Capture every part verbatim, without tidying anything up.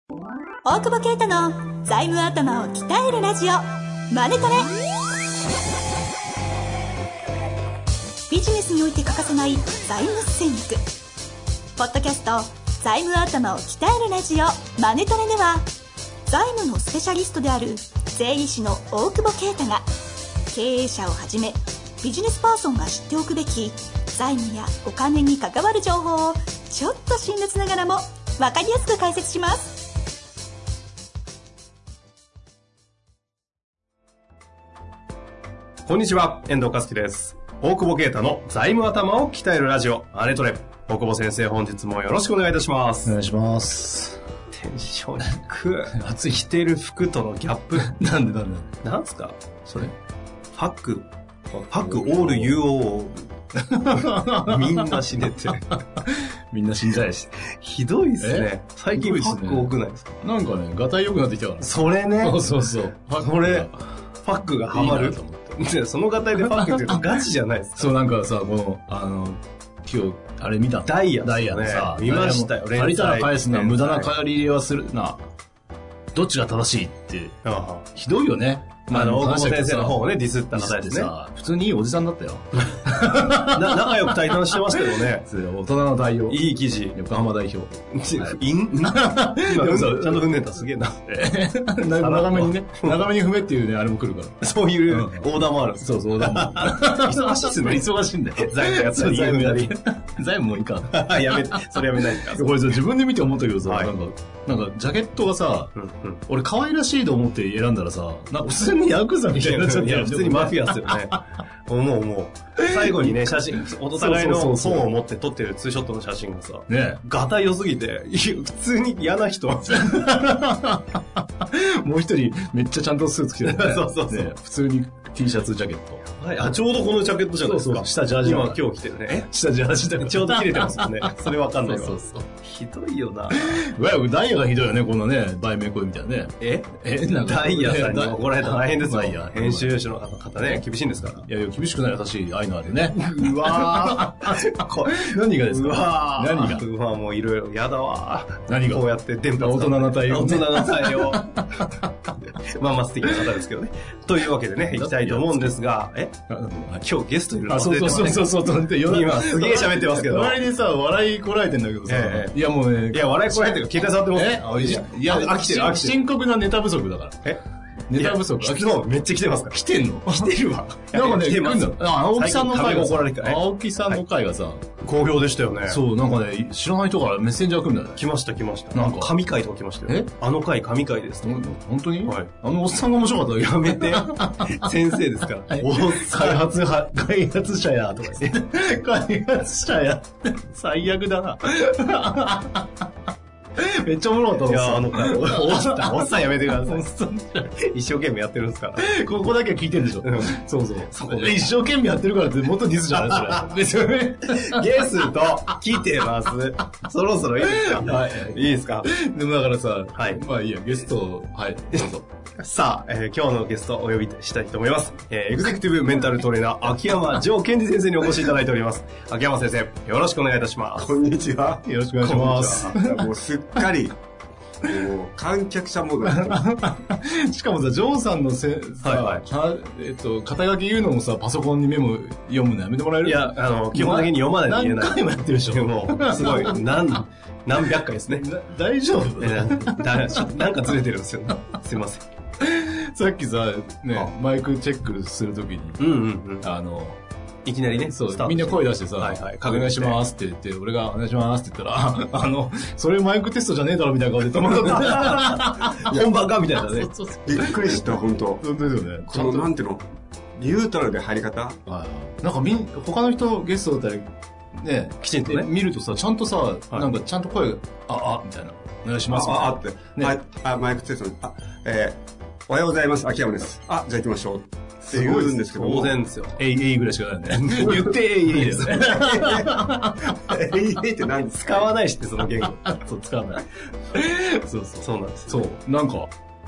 大久保啓太の財務頭を鍛えるラジオマネトレ。ビジネスにおいて欠かせない財務戦略。ポッドキャスト財務頭を鍛えるラジオマネトレでは、財務のスペシャリストである税理士の大久保啓太が、経営者をはじめビジネスパーソンが知っておくべき財務やお金に関わる情報をちょっと辛辣ながらも分かりやすく解説します。 こんにちは、遠藤和樹です。大久保啓太の財務頭を鍛えるラジオマネトレ。大久保先生、本日もよろしくお願いいたします。 お願いします。 テンション低い。暑い。着てる服とのギャップ。 なんでなんでなんすかそれ。ファック、ファックオール ユーオー。みんな死ねて。 みんな死んじゃいし。 ひどいっすね。最近ファック多くないですか？ なんかね、ガタイ良くなってきたから。 それね。 そうそうそう。 それ、ファックがハマる。いいと思って。そのガタイでファックって言うとガチじゃないですか。 そう、なんかさ、この、あの、今日、あれ見たの？ ダイヤ、 ダイヤでさ、 見ましたよ。 借りたら返すな、無駄な借り入れはするな。どっちが正しいって、ひどいよね。 まあ、あの、大久保先生の方をね、ディスった方ですね。 普通にいいおじさんだったよ。 な仲良く対談してましたけどね。 大人の代表。 いい記事。 横浜代表。 イン今、ちゃんと踏んでた。すげえな。 長めにね、長めに踏めっていうね、あれも来るから。 そういうオーダーもある。 そうそう、オーダーもある。 忙しいっすね。 忙しいんだよ。 財務やつ。財務やり。 財務もいいか。 やめて、それやめないでか。 これさ、自分で見て思ったけどさ、なんか、なんか、ジャケットがさ、俺可愛らしいと思って選んだらさ、なんか普通にヤクザみたいになっちゃって。 いや、普通にマフィアっすよね。思う思う。最後にね、写真、お互いの本を持って撮ってるツーショットの写真がさ、ね、ガタイ良すぎて、普通に嫌な人。もう一人、めっちゃちゃんとスーツ着てる、ね。 そうそうそう、 ね。普通に T シャツ、ジャケット。 はい、あ、ちょうどこのジャケットじゃないですか。 そうそう、下ジャージ。 今、今日着てるね。 え下ジャージだ。 ちょうど切れてますもんね。それわかんないわ。 そうそうそう。 ひどいよな。 うわ、ダイヤがひどいよね、このね、売名声みたいなね。 ええなんかダイヤさんに怒られたら大変ですよ。編集者の方ね、厳しいんですから。 いやいや、厳しくない優しい愛のあるね。 うわー。何がですか？ うわー。何が？ うわー、もういろいろ、やだわー。 何が？ こうやって電波大人な対応。 大人な対応。まあまあ素敵な方ですけどね。というわけでね、行きたいと思うんですが、え今日ゲストいるの？ あ、そうそうそうそうそう。 今すげえ喋ってますけど。 隣にさ、笑いこらえてんだけどさ。いやもうね。 いや、笑いこらえてるから、携帯触ってます。 えいや、飽きてる、飽きてる。深刻なネタ不足だから。 えネタ不足。 質問めっちゃ来てますから。 来てんの？ 来てるわ。 なんかね、 来てます。 青木さんの回がさ、 青青木さんの回がさ、 好評でしたよね。 そう、なんかね、知らない人からメッセンジャー来るんだよね。 来ました来ました。 なんか神回とか来ましたよ。えあの回神回です。 本当に？ はい。 あのおっさんが面白かった。 やめて。先生ですから。 お開発は、開発者や、とか言って。開発者や。最悪だな。めっちゃおもろかった。 いや、あの回、おっさん、おっさんやめてください。一生懸命やってるんですから。 ここだけは聞いてるでしょ。そうそう。一生懸命やってるからってもっとディスじゃないですよね。 ゲスト来てます。そろそろいいですか？はい。いいですか？ でもだからさ、 はい。 まあいいや、ゲスト、はい。どうぞ。 さあ、えー、今日のゲストをお呼びしたいと思います。えー、エグゼクティブメンタルトレーナー、秋山城健二先生にお越しいただいております。秋山先生、よろしくお願いいたします。 こんにちは。 よろしくお願いします。 もうすっかり、もう観客者モードしかもさ、ジョーさんのせ、さ、はいはい、えっと、肩書き言うのもさ、パソコンにメモ読むのやめてもらえる？ いや、あの、基本的に読まないと言えない。 何回もやってるでしょ。 もう、すごい、何、何百回ですね。 大丈夫？ なんかずれてるんですよ。すいません。 さっきさ、ね、マイクチェックするときに、 うんうんうん、 あの、 いきなりね、 そう、みんな声出してさ、はいはい、お願いしますって言って、俺がお願いしますって言ったら、あの、それマイクテストじゃねえだろみたいな顔で止まった本番かみたいなね。 そうそうそうびっくりした、本当本当ですよね。 この、なんていうのニュートラルで入り方、 はい、なんかみん、他の人ゲストだったり、ね、 きちんとね、 見るとさ、ちゃんとさ、はい、なんかちゃんと声が、あ、あ、みたいな。お願いします。 あ、あ、って。ね、はい、あ、マイクテスト、あ、えー、おはようございます。秋山です。あ、じゃあ行きましょう。って言うんですけど。 当然ですよ。 えいえいぐらいしかないね。言ってえいえいですね。 えいえいって何使わないしって、その言語。 そう、使わない。そうそう。 そうなんです。 そう。なんか、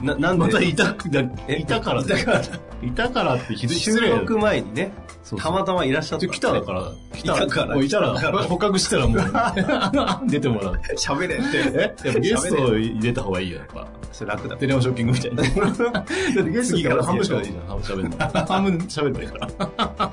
な、なんでまたいた、いたから、いたから、いたからってひどい失礼。 収録前にね、そうそうたまたまいらっしゃった、ね。 来たから、来たから。 もういたら、捕獲したらもう、出てもらう。 喋れって。 えやっぱゲストを入れた方がいいよ、やっぱ。 それ楽だ。 テレマショッキングみたいな。だってゲスト次から半分しかないじゃん、半分喋るの。半分喋ればいいから。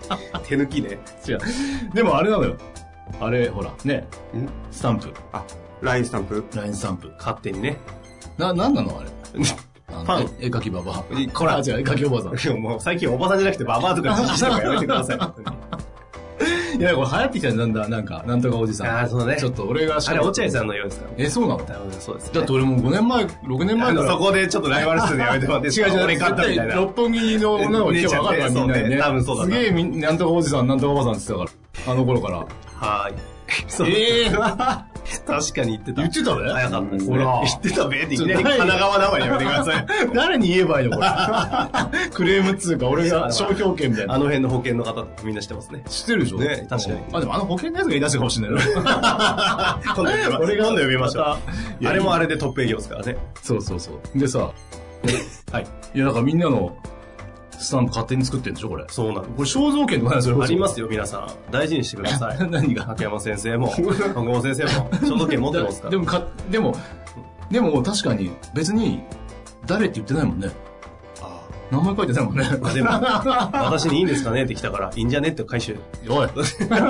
手抜きね。 違う。でもあれなのよ。あれ、ほら、ね。スタンプ。 あ、ライン スタンプライン スタンプ。 勝手にね。 な、なんなのあれ。 ファン。 絵描きババア。 これ。 あ、違う、絵描きおばさん。 もう最近おばさんじゃなくてババアとかじじしとかやめてください。 いや、これ流行ってきたんだ、なんだ、なんか、なんとかおじさん。 ああ、そうね。 ちょっと俺があれ、落合さんのようですかえ、そうなの？ 多分そうです。 だって俺もうごねんまえ、ろくねんまえから。 そこでちょっとライバル数でやめてもらって。 違う違う、 俺勝ったみたいな。 六本木の女の子に今日分かるわ、みんなにね。 多分そうだ。 すげえ、なんとかおじさん、なんとかおばさんって言ってたから。あの頃から。 はーい。 ええ確かに言ってた。 言ってたね。 早かったですね。 ほら。 言ってたべっていきなり神奈川名前やめてください。 誰に言えばいいのこれ。クレームっつうか、俺が商標権みたいな。 あの辺の保険の方みんな知ってますね。 知ってるでしょね、確かに。 あ、でもあの保険のやつが言い出したかもしれないな。 今度、俺が今度呼びましょう。あれもあれでトップ営業ですからね。 そうそうそう。でさ、はい。いや、だからみんなの、スタンプ勝手に作ってんでしょこれ。 そうなんです。 これ肖像権とかないそれありますよ、皆さん。大事にしてください。 何が秋山先生も、小久保先生も、肖像権持ってますから。 でもか、でも、でも確かに別に、誰って言ってないもんね。 ああ。名前書いてないもんね。 でも、私にいいんですかねって来たから、いいんじゃねって回収。 おい。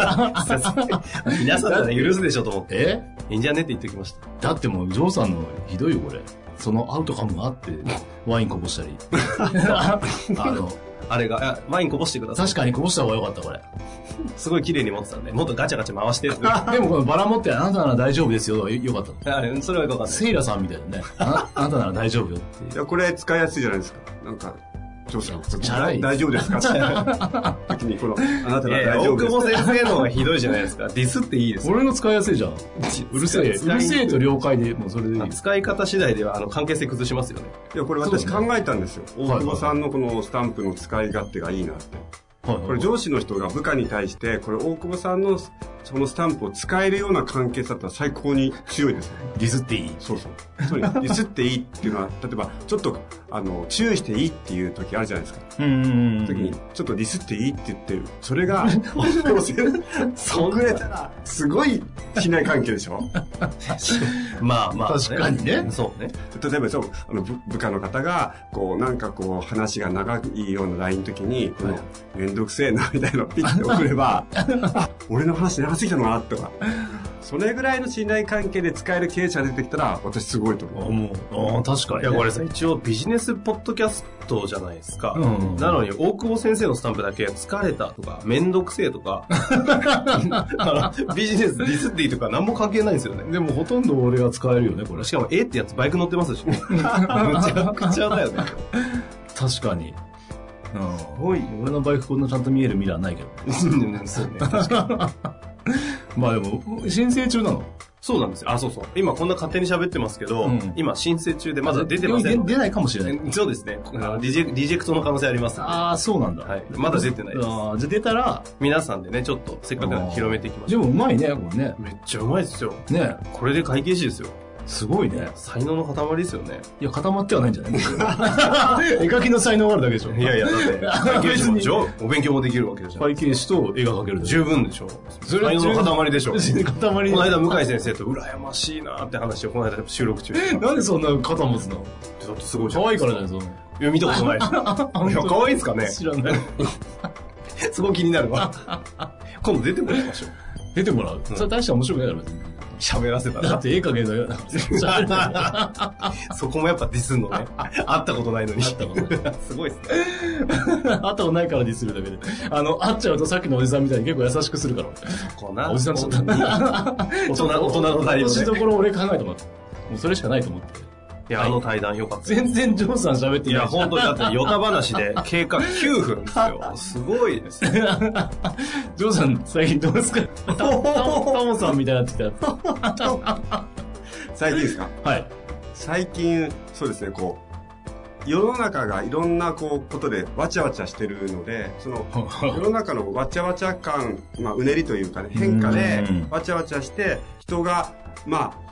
皆さんなら許すでしょと思って。 えいいんじゃねって言ってきました。 だってもう、ジョーさんのひどいよ、これ。そのアウトカムがあって、ワインこぼしたり。あの、 あれが、ワインこぼしてください。 確かにこぼした方がよかった、これ。 すごい綺麗に持ってたんで、もっとガチャガチャ回して。 でもこのバラ持ってあなたなら大丈夫ですよ、よかった。 あれ、それはよかった。 セイラさんみたいなね。あなたなら大丈夫よっていう。 いや、これ使いやすいじゃないですか。なんか、ジョーさん、大丈夫ですか時にこの、あなたなら大丈夫ですか。 大久保先生の方がひどいじゃないですか。ディスっていいです。 俺の使いやすいじゃん。うるせえ。うるせえと了解で、もうそれでいい。 使い方次第では、あの、関係性崩しますよね。 いや、これ私考えたんですよ。大久保さんのこのスタンプの使い勝手がいいなって。これ上司の人が部下に対して、これ大久保さんのそのスタンプを使えるような関係だったら最高に強いですね。 ディスっていいそうそう。そうディスっていいっていうのは、例えば、ちょっと、あの、注意していいっていう時あるじゃないですか。 うんうんうん。 時に、ちょっとディスっていいって言ってる。それが、遅れたら、すごい信頼関係でしょまあまあ、 確かにね。 そうね。 例えば、そう、あの、部下の方が、こう、なんかこう、話が長いようなラインの時に、この、めんどくせえな、みたいなのをピッて送れば、あ、俺の話長すぎたのかな、とか。それぐらいの信頼関係で使える経営者が出てきたら、私すごいと思う。 もう、ああ、確かに、ね。 いや、これさ、一応ビジネスポッドキャストじゃないですか。 うんうん、 なのに、大久保先生のスタンプだけ、疲れたとか、めんどくせえとか、ビジネスディスっていいとか、何も関係ないんですよね。 でも、ほとんど俺が使えるよね、これ。 しかも、えってやつバイク乗ってますしね。むちゃくちゃだよね。 確かに。うん。おい、俺のバイクこんなちゃんと見えるミラーないけど。 そうね。確かに。まあでも、申請中なの？ そうなんですよ。あ、そうそう。今こんな勝手に喋ってますけど、うん、今申請中でまだ出てません。 出ないかもしれない。 そうですね。リジェ、リジェクトの可能性あります、ね。 ああ、そうなんだ。 はい。まだ出てないです。 ああ、じゃあ出たら、 皆さんでね、ちょっとせっかくなんで広めていきましょう。 でもうまいね、これね。 めっちゃうまいですよ。 ね。 これで会計士ですよ。 すごいね。 才能の塊ですよね。 いや、固まってはないんじゃない絵描きの才能があるだけでしょ。 いやいや、だって、会計士でしょお勉強もできるわけでしょ。 会計士と絵が描ける十分でしょ。才能の塊でしょ。 塊。この間、向井先生と羨ましいなって話をこの間収録中。 なんでそんな肩持つの？ だってすごいじゃん。 可愛いからじゃないですか。 いや、見たことないし。いや、可愛いですかね？ 知らない。 すごい気になるわ。今度出てもらいましょう。 出てもらう？それ大して面白くないだろ、別に。 喋らせたら。 だって絵描けるのそこもやっぱディスんのね。会ったことないのに。 会ったことない。 すごいっすね。 会ったことないからディスるだけで。あの、会っちゃうとさっきのおじさんみたいに結構優しくするから。 そこな。 おじさんちょっと。大人、 大人の対応ね。 落としどころ俺考えてもらって。もうそれしかないと思って。 いや、あの対談よかった。 全然ジョーさん喋ってない。 いや、本当にだって、ヨタ話で経過きゅうふんですよ。すごいですね。 ジョーさん、最近どうですかタモさんみたいになってきた。 最近ですか？ はい。 最近、そうですね、こう、世の中がいろんなこうことでわちゃわちゃしてるので、その世の中のわちゃわちゃ感、まあうねりというかね、変化でわちゃわちゃして人がまあ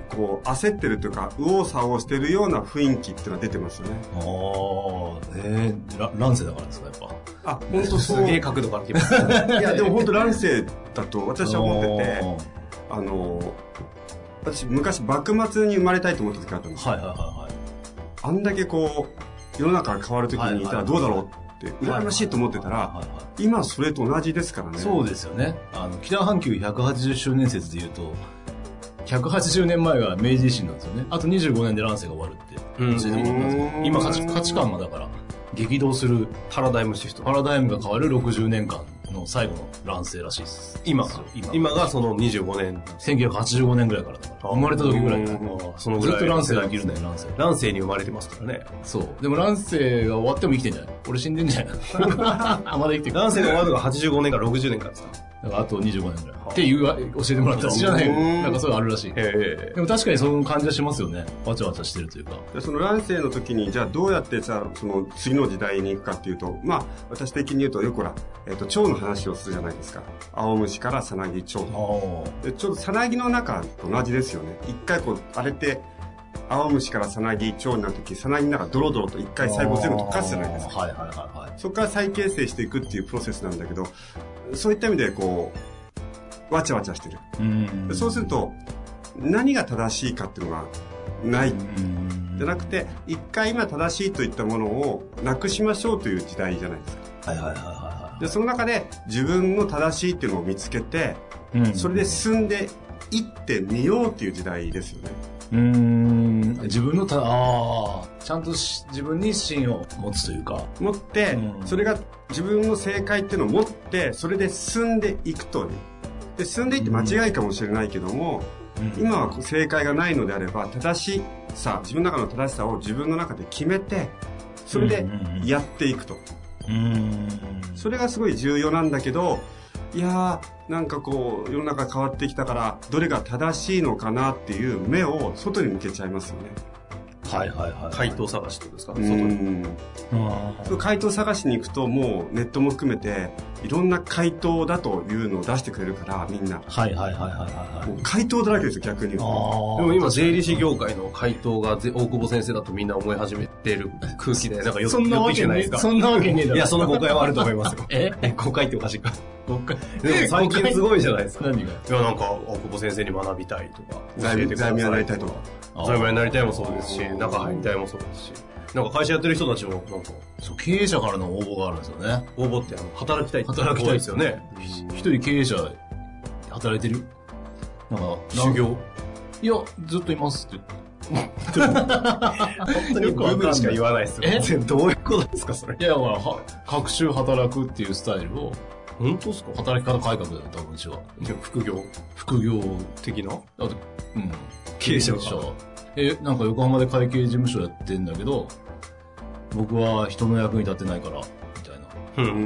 こう焦ってるというか右往左往してるような雰囲気っていうのは出てますよね。 ああ、えー、ら乱世だからですか、やっぱ。 あ、本当そう。すげえ角度から来ます。 いや、でも本当乱世だと私は思ってて、あの、私昔幕末に生まれたいと思った時があったんですよ。 はいはいはいはい。 あんだけこう、世の中が変わる時にいたらどうだろうって、羨ましいと思ってたら、今それと同じですからね。 そうですよね。あの、北半球ひゃくはちじゅっしゅうねん説で言うと、ひゃくはちじゅうねんまえが明治維新なんですよね。あとにじゅうごねんで乱世が終わるって教えてもらったんですけど、今価値、価値観がだから激動するパラダイムシフト。 パラダイムが変わるろくじゅうねんかんの最後の乱世らしいです。 今が今今がそのにじゅうごねん。 せんきゅうひゃくはちじゅうごねんぐらいからだから。生まれた時ぐらいから。 そのぐらい。 ずっと乱世が生きるんだよ、乱世。 乱世に生まれてますからね。 そう。でも乱世が終わっても生きてんじゃない？俺死んでんじゃないあ、まだ生きてる。 乱世が終わるのがはちじゅうごねんからろくじゅうねんからですか？ だからあとにじゅうごねんぐらい。っていう、教えてもらった。知らないよ。なんかそういうのあるらしい。 でも確かにその感じはしますよね。わちゃわちゃしてるというか。 でその乱世の時に、じゃあどうやってさ、その次の時代に行くかっていうと、まあ、私的に言うとよくほら、えっと、蝶の話をするじゃないですか。青虫からさなぎ蝶で。ちょっとさなぎの中と同じですよね。一回こう、あれって、青虫からさなぎ蝶になるとき、さなぎの中ドロドロと一回細胞全部溶かすじゃないですか。 はいはいはいはい。 そこから再形成していくっていうプロセスなんだけど、そういった意味でこう、わちゃわちゃしてる。うんそうすると、何が正しいかっていうのがない。じゃなくて、一回今正しいといったものをなくしましょうという時代じゃないですか。 はいはいはいはい。 で、その中で自分の正しいっていうのを見つけて、それで進んでいってみようっていう時代ですよね。 うーん自分のた、ああ、ちゃんとし自分に芯を持つというか。 持って、それが自分の正解っていうのを持って、それで進んでいくという。で、進んでいって間違いかもしれないけども、うん、今は正解がないのであれば、正しさ、自分の中の正しさを自分の中で決めて、それでやっていくと。うんうんうん、それがすごい重要なんだけど、いやー、なんかこう、世の中変わってきたから、どれが正しいのかなっていう目を外に向けちゃいますよね。 はいはいはい。 回答探しってことですか、外に。 その回答探しに行くと、もうネットも含めて、いろんな回答だというのを出してくれるから、みんな。 はいはいはいはいはい。 もう回答だらけですよ、逆に言うと。 でも今、税理士業界の回答が大久保先生だとみんな思い始めてる空気で、なんかよく、 そんなわけないですか。そんなわけねえだろ。 いや、その誤解はあると思いますよ。 ええ、誤解っておかしいか。 誤解。 でも最近すごいじゃないですか。 何が？ いや、なんか、大久保先生に学びたいとか、 教えてください。財務屋になりたいとか。 財務屋になりたいもそうですし、中入りたいもそうですし、なんか会社やってる人たちも、なんか、 そう、経営者からの応募があるんですよね。 応募ってあの、働きたいって働きたいですよね。 一人経営者、働いてる？なんか、 修行？ いや、ずっといますって。 本当に部分しか言わないですよ。え？どういうことですか、それ。 いや、ほら、各週働くっていうスタイルを、 本当ですか？ 働き方改革だよ、多分うちは。 副業副業的な？ あと、うん。 経営者が。 え、なんか横浜で会計事務所やってんだけど、僕は人の役に立ってないから、みたいな。うん。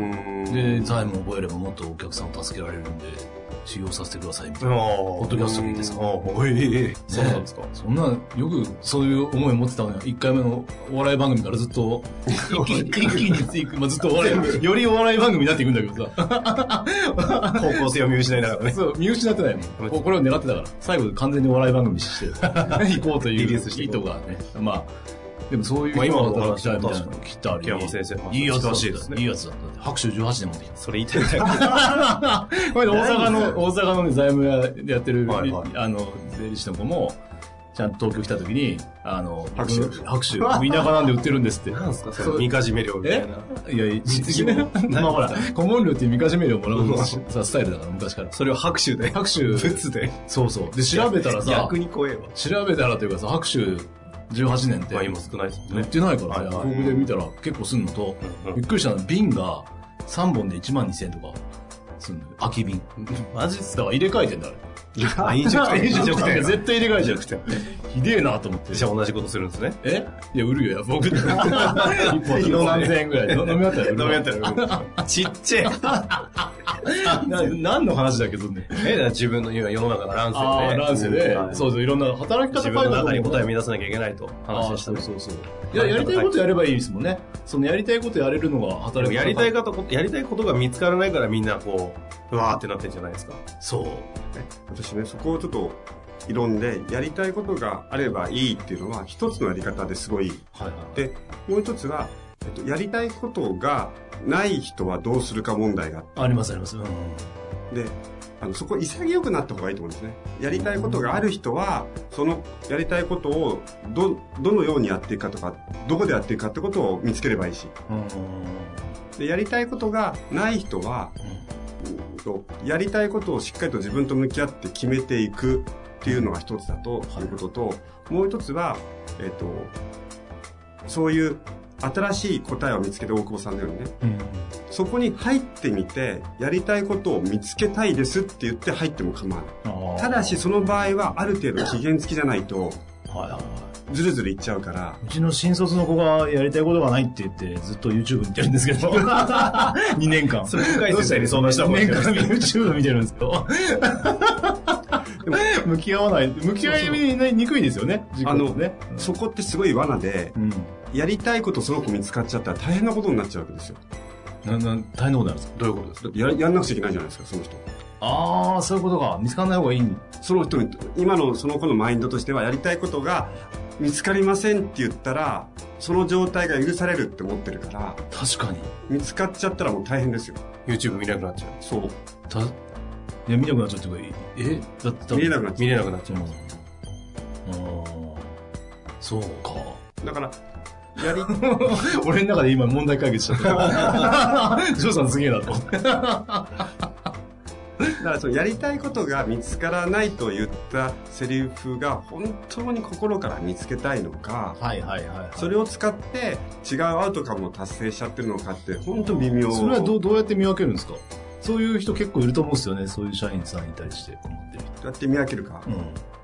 で、財務を覚えればもっとお客さんを助けられるんで、修行させてください、みたいな。ポッドキャスト聞いてさ。 ええ、そうなんですか。 そんな、よくそういう思いを持ってたのよ。一回目のお笑い番組からずっと、一気に、一気についく、まあ、ずっとお笑い、よりお笑い番組になっていくんだけどさ。 方向性を見失いながらね。 そう、見失ってないもん。これを狙ってたから。最後完全にお笑い番組にして、行こうという意図がね。まあ、でもそういう今の働きたいみたいなのきっとある。 木山先生のいいやつらしいですね。いいやつだった。拍手じゅうはちねん持ってきた。 それ言いたいんだよ。 これで大阪の、大阪のね、財務屋でやってる、はいはい、あの、税理士の子も、ちゃんと東京来た時に、あの、 拍手。 拍手。田舎なんで売ってるんですって。 なんですかそれ、みかじめ料みたいな。 いや、実ね。まあほら、顧問料っていうみかじめ料もらうさ、スタイルだから、昔から。 それを拍手で。 拍手。 物で。 そうそう。で、調べたらさ、 逆に怖えわ。 調べたらというかさ、拍手、じゅうはちねんって。 まあ今少ないですもんね。 売ってないからね。広告で見たら結構すんのと、びっくりしたのは瓶がさんぼんでいちまんにせんえんとかすんのよ。空き瓶。 マジっすか？だから入れ替えてんだ、あれ。 飲食店。 飲食店。絶対入れ替えちゃうくて。ひでえなと思って。 じゃあ同じことするんですね。 えいや、売るよ、僕。一本何千円ぐらい。飲み終わったら売る。 飲み終わったら売る。ちっちゃい。 何の話だけどね。 え、自分の今世の中が乱世で。 ああ、乱世で。そうそう、いろんな働き方自分の中に答えを見出さなきゃいけないと話でしたね。 そうそうそう。いや、やりたいことやればいいですもんね。そのやりたいことやれるのが働き方。 やりたいこと、やりたいことが見つからないからみんなこう、うわーってなってるんじゃないですか。 そう。 私ね、そこをちょっと、 論でやりたいことがあればいいっていうのは一つのやり方ですごい、はいはい、でもう一つは、えっと、やりたいことがない人はどうするか問題がありますあります、うん、 であのそこ潔くなった方がいいと思うんですね。やりたいことがある人はそのやりたいことを ど, どのようにやっていくかとかどこでやっていくかってことを見つければいいし、うん、でやりたいことがない人は、うん、やりたいことをしっかりと自分と向き合って決めていくっていうのが一つだということと、はい、もう一つは、えっと、そういう新しい答えを見つけて大久保さんのようにね、うん、そこに入ってみてやりたいことを見つけたいですって言って入っても構わない。ただしその場合はある程度期限付きじゃないとずるずるいっちゃうから。 うちの新卒の子がやりたいことがないって言ってずっと YouTube 見てるんですけどにねんかんそれ深い先生にそんな人もにねんかん YouTube 見てるんですよでも向き合わない向き合いにくいですよね。 あの、ねうん、そこってすごい罠で、うん、やりたいことその子見つかっちゃったら大変なことになっちゃうわけですよ。 なな大変なことになるんですか。 どういうことですか。 ややんなくちゃいけないじゃないですかその人。 ああそういうことか。見つからない方がいい。 その人に今のその子のマインドとしてはやりたいことが見つかりませんって言ったらその状態が許されるって思ってるから。 確かに見つかっちゃったらもう大変ですよ。 YouTube 見なくなっちゃう。 そうたいや見なくなっちゃってえだって見れなくなっちゃう。 見れなくなっちゃう。ああそうか。 だからやり俺の中で今問題解決しちゃったジョーさんすげえなと思ってだからそのやりたいことが見つからないと言ったセリフが本当に心から見つけたいのか、 はいはいはい、はい、 それを使って違うアウトカムを達成しちゃってるのかって本当微妙。 それはどう、どうやって見分けるんですか。そういう人結構いると思うんですよね。そういう社員さんに対して思ってる人。 どうやって見分けるか、うん、えっ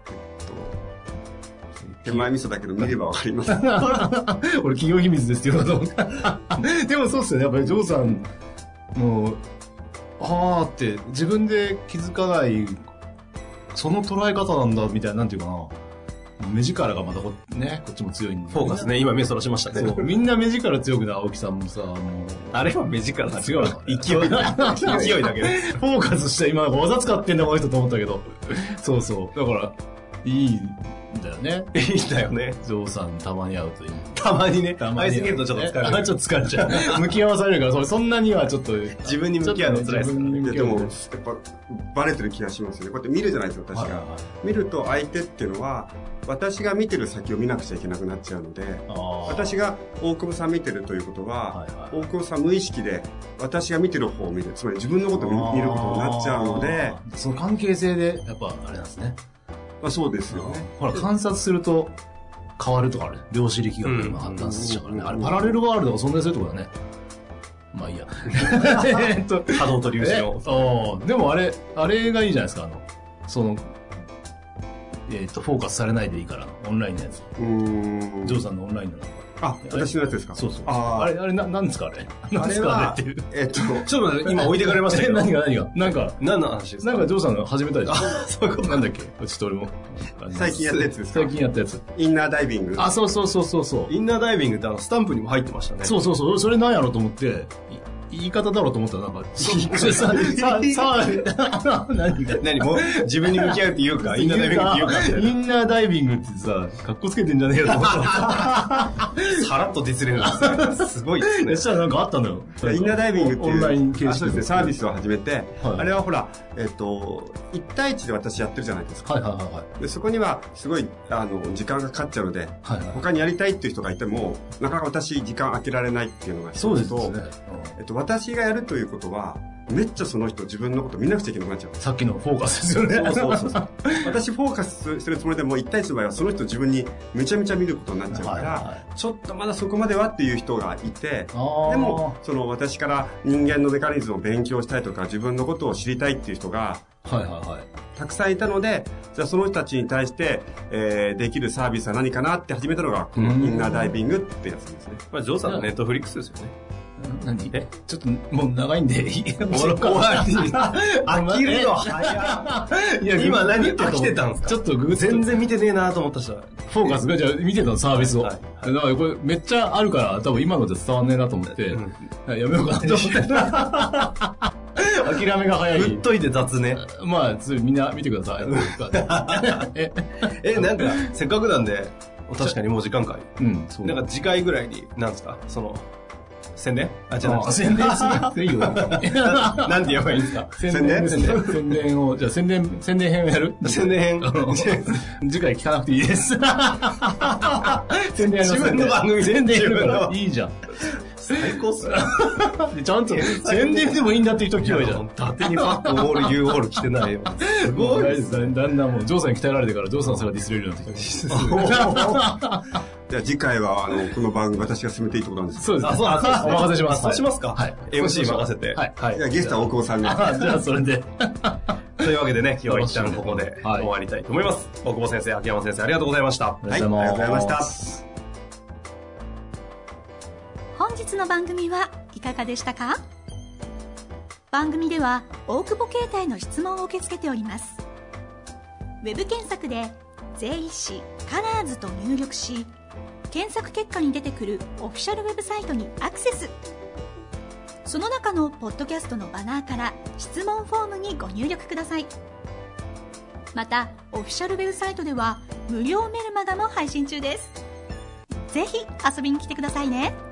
と手前味噌だけど見ればわかります俺企業秘密ですって言うかと思ったでもそうっすよね。やっぱりジョーさんもうはーって自分で気づかないその捉え方なんだみたいな、なんていうかな、目力がまたこ,、ね、こっちも強いんで、 フォーカスね。今目そらしましたね。 そうみんな目力強くて、青木さんもさ、もうあれは目力だ。 違う勢いだ勢いだけどフォーカスした今なんか技使ってんだこの人と思ったけどそうそうだからいいんだよね。 いいんだよね。 ジョーさんたまに会うといい。 たまにね。アイスゲートちょっと疲れる。 あ、ちょっと疲れちゃう。向き合わされるから、それそんなにはちょっと。 自分に向き合うの辛いですからね。 いやでも、やっぱ、バレてる気がしますよね。こうやって見るじゃないですか、私が。はいはい、見ると相手っていうのは、私が見てる先を見なくちゃいけなくなっちゃうので、私が大久保さん見てるということは、はいはい、大久保さん無意識で、私が見てる方を見る。つまり自分のことを見ることになっちゃうので、 その関係性で、やっぱ、あれなんですね。 まあ、そうですよね。 ほら、観察すると変わるとかね。量子力学が今発達しちゃうからね。あれ、パラレルワールドが存在するとこだね。まあいいや。 えっと、波動と粒子の。 でもあれ、あれがいいじゃないですか。あの、その、えっと、フォーカスされないでいいから、オンラインのやつ。うーん。ジョーさんのオンラインの。 あ、私のやつですか。 そうそう。ああれ、あれ、な、なんですかあれ。なんですかあれっていう。 えっと、ちょっと待って、今置いてかれましたけど。 何が何がなんか、 何の話ですか。 なんかジョーさんが始めたでしょ。 そういうことなんだっけちょっと俺も。 最近やったやつですか。 最近やったやつ。 インナーダイビング。 あ、そうそうそうそうそう。 インナーダイビングってあの、スタンプにも入ってましたね。 そうそうそう。それ何やろうと思って、言い方だろうと思ったらなんか、さ、さ、さ、何が何もう自分に向き合うって言うか、インナーダイビングって言うか。 インナーダイビングってさ、かっこつけてんじゃねえよと思ったら。 さらっと実例なんですね。すごいですね。 そしたらなんかあったのよ。 インナーダイビングっていう、 オンライン形式でサービスを始めて、はい、あれはほら、えっと、いち対いちで私やってるじゃないですか。 はいはいはいはい。 で、そこにはすごい、あの、時間がかかっちゃうので、はいはい、他にやりたいっていう人がいても、なかなか私時間空けられないっていうのが一つと、 そうですね。うん、 えっと、私がやるということは、めっちゃその人自分のこと見なくちゃいけなくなっちゃう。 さっきのフォーカスですよね。 そうそうそうそう。私フォーカスするつもりでもいち対いちの場合はその人自分にめちゃめちゃ見ることになっちゃうから、はいはい、ちょっとまだそこまではっていう人がいて、でもその私から人間のメカニズムを勉強したいとか自分のことを知りたいっていう人が、 はいはいはい、 たくさんいたので、じゃあその人たちに対して、えー、できるサービスは何かなって始めたのがこのインナーダイビングってやつですね。 まあジョーさんのネットフリックスですよね。 何えちょっともう長いんでいい終わ飽きるの早い。いや今何飽きてたんですか。 ちょっとグ全然見てねえなと思った人はフォーカスがじゃあ見てたのサービスを、はいはい、だからこれめっちゃあるから多分今ので伝わんねえなと思って、うん、やめようかなと思って諦めが早い。 振っといて雑ね。 まあ、みんな見てください。 え、え、なんか、せっかくなんで、確かにもう時間かい。うん。なんか次回ぐらいに、なんですかその、宣伝あ、じゃあ、 宣伝する。いいよ。なんて言えばいいんですか宣伝宣伝宣伝を、じゃあ宣伝、宣伝編をやる宣伝編。 次回聞かなくていいです。宣伝やります。 自分の番組宣伝やるからいいじゃん。 最高っすね。 ちゃんと宣伝でもいいんだっていう人清いじゃん。 縦にパッとオール、ユーオール来てないよ。すごいですね。 だんだんもう、ジョーさんに鍛えられてから、ジョーさんそれがディスれるようになってきた。 じゃあ次回は、あの、この番組私が進めていいってことなんですか？ そうです。あ、そうです。お任せします。 そうしますか？はい。エムシー 任せて。 はい。はい。 じゃあゲストは大久保さんが。 じゃあそれで。 というわけでね、今日は一旦ここで終わりたいと思います。大久保先生、秋山先生、ありがとうございました。はい、 ありがとうございました。 本日の番組はいかがでしたか？番組では大久保携帯の質問を受け付けております。ウェブ検索で税理士カラーズと入力し、検索結果に出てくるオフィシャルウェブサイトにアクセス。その中のポッドキャストのバナーから質問フォームにご入力ください。またオフィシャルウェブサイトでは無料メルマガも配信中です。ぜひ遊びに来てくださいね。